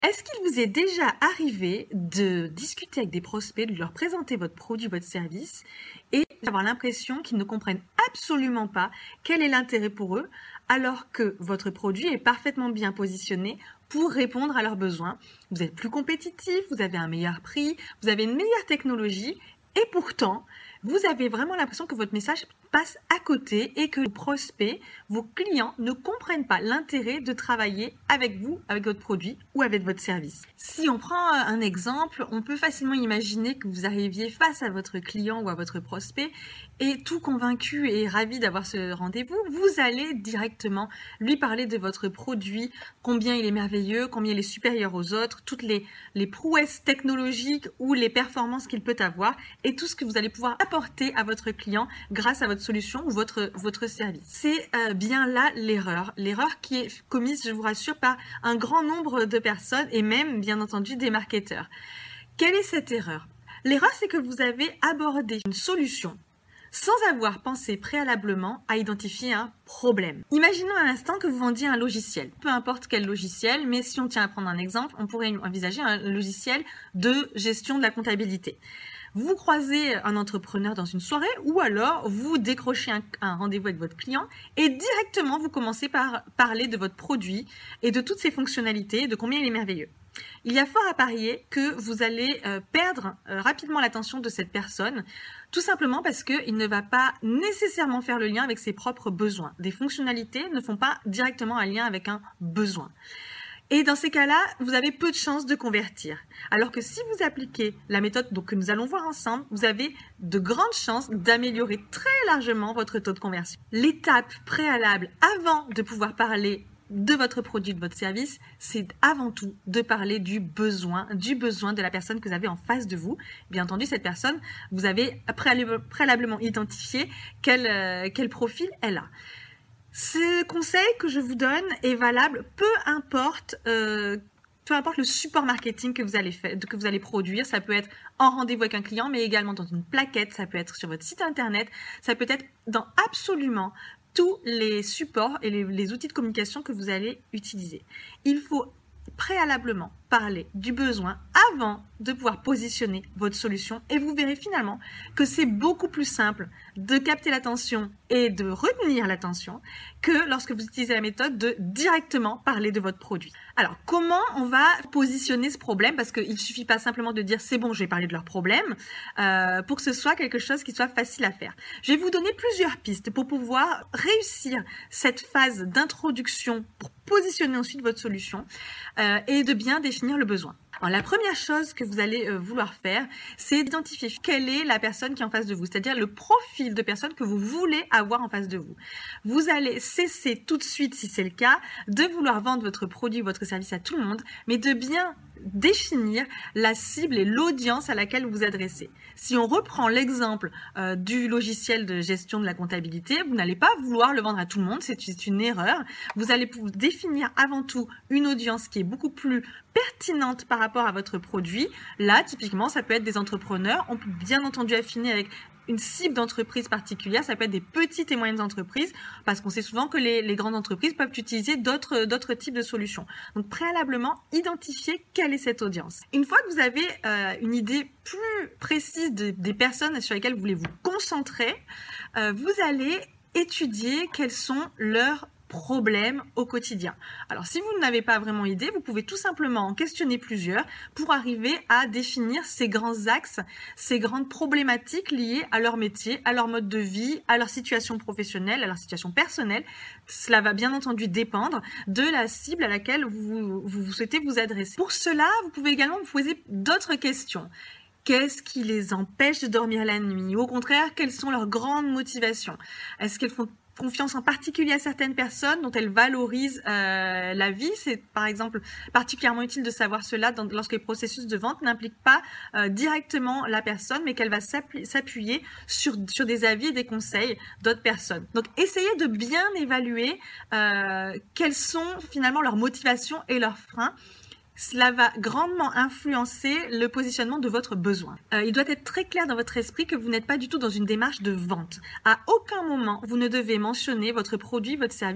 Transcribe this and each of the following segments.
Est-ce qu'il vous est déjà arrivé de discuter avec des prospects, de leur présenter votre produit, votre service et d'avoir l'impression qu'ils ne comprennent absolument pas quel est l'intérêt pour eux, alors que votre produit est parfaitement bien positionné pour répondre à leurs besoins? Vous êtes plus compétitif, vous avez un meilleur prix, vous avez une meilleure technologie et pourtant, vous avez vraiment l'impression que votre message passe à côté et que vos prospects, vos clients ne comprennent pas l'intérêt de travailler avec vous, avec votre produit ou avec votre service. Si on prend un exemple, on peut facilement imaginer que vous arriviez face à votre client ou à votre prospect et tout convaincu et ravi d'avoir ce rendez-vous, vous allez directement lui parler de votre produit, combien il est merveilleux, combien il est supérieur aux autres, toutes les prouesses technologiques ou les performances qu'il peut avoir et tout ce que vous allez pouvoir apporter à votre client grâce à votre solution ou votre service. C'est bien là l'erreur qui est commise, je vous rassure, par un grand nombre de personnes et même, bien entendu, des marketeurs. Quelle est cette erreur? L'erreur, c'est que vous avez abordé une solution sans avoir pensé préalablement à identifier un problème. Imaginons un instant que vous vendiez un logiciel, peu importe quel logiciel, mais si on tient à prendre un exemple, on pourrait envisager un logiciel de gestion de la comptabilité. Vous croisez un entrepreneur dans une soirée ou alors vous décrochez un rendez-vous avec votre client et directement vous commencez par parler de votre produit et de toutes ses fonctionnalités, de combien il est merveilleux. Il y a fort à parier que vous allez perdre rapidement l'attention de cette personne, tout simplement parce qu'il ne va pas nécessairement faire le lien avec ses propres besoins. Des fonctionnalités ne font pas directement un lien avec un besoin. Et dans ces cas-là, vous avez peu de chances de convertir. Alors que si vous appliquez la méthode que nous allons voir ensemble, vous avez de grandes chances d'améliorer très largement votre taux de conversion. L'étape préalable avant de pouvoir parler de votre produit, de votre service, c'est avant tout de parler du besoin de la personne que vous avez en face de vous. Bien entendu, cette personne, vous avez préalablement identifié quel profil elle a. Ce conseil que je vous donne est valable peu importe le support marketing que vous allez produire. Ça peut être en rendez-vous avec un client, mais également dans une plaquette, ça peut être sur votre site internet, ça peut être dans absolument tous les supports et les outils de communication que vous allez utiliser. Il faut préalablement parler du besoin avant de pouvoir positionner votre solution et vous verrez finalement que c'est beaucoup plus simple de capter l'attention et de retenir l'attention que lorsque vous utilisez la méthode de directement parler de votre produit. Alors, comment on va positionner ce problème? Parce qu'il ne suffit pas simplement de dire c'est bon, je vais parler de leur problème pour que ce soit quelque chose qui soit facile à faire. Je vais vous donner plusieurs pistes pour pouvoir réussir cette phase d'introduction pour positionner ensuite votre solution et de bien définir le besoin. Alors, la première chose que vous allez vouloir faire, c'est d'identifier quelle est la personne qui est en face de vous, c'est-à-dire le profil de personne que vous voulez avoir en face de vous. Vous allez cesser tout de suite, si c'est le cas, de vouloir vendre votre produit, votre service à tout le monde, mais de bien définir la cible et l'audience à laquelle vous vous adressez. Si on reprend l'exemple du logiciel de gestion de la comptabilité, vous n'allez pas vouloir le vendre à tout le monde, c'est une erreur. Vous allez définir avant tout une audience qui est beaucoup plus pertinente par rapport à votre produit. Là, typiquement, ça peut être des entrepreneurs. On peut bien entendu affiner avec une cible d'entreprise particulière, ça peut être des petites et moyennes entreprises, parce qu'on sait souvent que les grandes entreprises peuvent utiliser d'autres types de solutions. Donc, préalablement, identifier quelle est cette audience. Une fois que vous avez une idée plus précise des personnes sur lesquelles vous voulez vous concentrer, vous allez étudier quels sont leurs problèmes au quotidien. Alors, si vous n'avez pas vraiment idée, vous pouvez tout simplement en questionner plusieurs pour arriver à définir ces grands axes, ces grandes problématiques liées à leur métier, à leur mode de vie, à leur situation professionnelle, à leur situation personnelle. Cela va bien entendu dépendre de la cible à laquelle vous souhaitez vous adresser. Pour cela, vous pouvez également vous poser d'autres questions. Qu'est-ce qui les empêche de dormir la nuit? Ou au contraire, quelles sont leurs grandes motivations? Est-ce qu'elles font confiance en particulier à certaines personnes dont elles valorisent la vie? C'est par exemple particulièrement utile de savoir cela lorsque le processus de vente n'implique pas directement la personne, mais qu'elle va s'appuyer sur des avis et des conseils d'autres personnes. Donc, essayez de bien évaluer quelles sont finalement leurs motivations et leurs freins. Cela va grandement influencer le positionnement de votre besoin. Il doit être très clair dans votre esprit que vous n'êtes pas du tout dans une démarche de vente. À aucun moment, vous ne devez mentionner votre produit, votre service,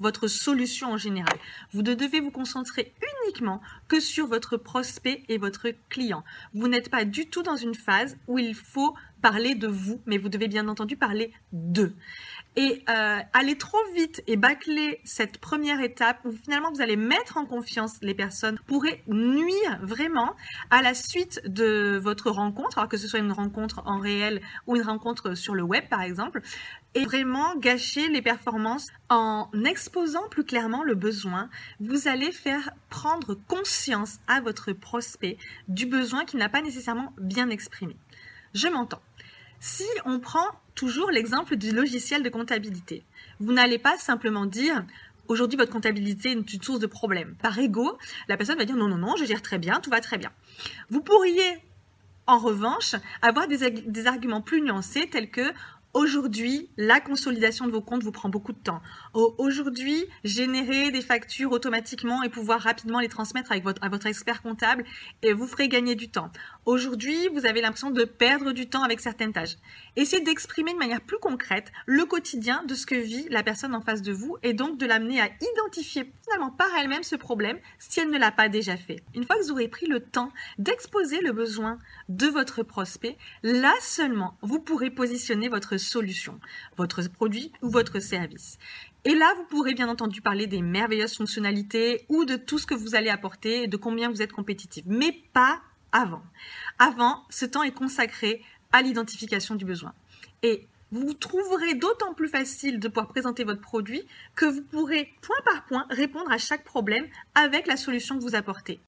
votre solution en général. Vous ne devez vous concentrer uniquement que sur votre prospect et votre client. Vous n'êtes pas du tout dans une phase où il faut parler de vous, mais vous devez bien entendu parler d'eux. Et aller trop vite et bâcler cette première étape où finalement vous allez mettre en confiance les personnes pourrait nuire vraiment à la suite de votre rencontre, alors que ce soit une rencontre en réel ou une rencontre sur le web par exemple, et vraiment gâcher les performances en exposant plus clairement le besoin. Vous allez faire prendre conscience à votre prospect du besoin qu'il n'a pas nécessairement bien exprimé. Je m'entends. Si on prend toujours l'exemple du logiciel de comptabilité, vous n'allez pas simplement dire « aujourd'hui votre comptabilité est une source de problème ». Par ego, la personne va dire « non, non, non, je gère très bien, tout va très bien ». Vous pourriez en revanche avoir des arguments plus nuancés tels que aujourd'hui, la consolidation de vos comptes vous prend beaucoup de temps. Aujourd'hui, générer des factures automatiquement et pouvoir rapidement les transmettre à votre expert comptable et vous ferez gagner du temps. Aujourd'hui, vous avez l'impression de perdre du temps avec certaines tâches. Essayez d'exprimer de manière plus concrète le quotidien de ce que vit la personne en face de vous et donc de l'amener à identifier finalement par elle-même ce problème si elle ne l'a pas déjà fait. Une fois que vous aurez pris le temps d'exposer le besoin de votre prospect, là seulement, vous pourrez positionner votre solution, votre produit ou votre service. Et là, vous pourrez bien entendu parler des merveilleuses fonctionnalités ou de tout ce que vous allez apporter et de combien vous êtes compétitif, mais pas avant. Avant, ce temps est consacré à l'identification du besoin. Et vous trouverez d'autant plus facile de pouvoir présenter votre produit que vous pourrez point par point répondre à chaque problème avec la solution que vous apportez.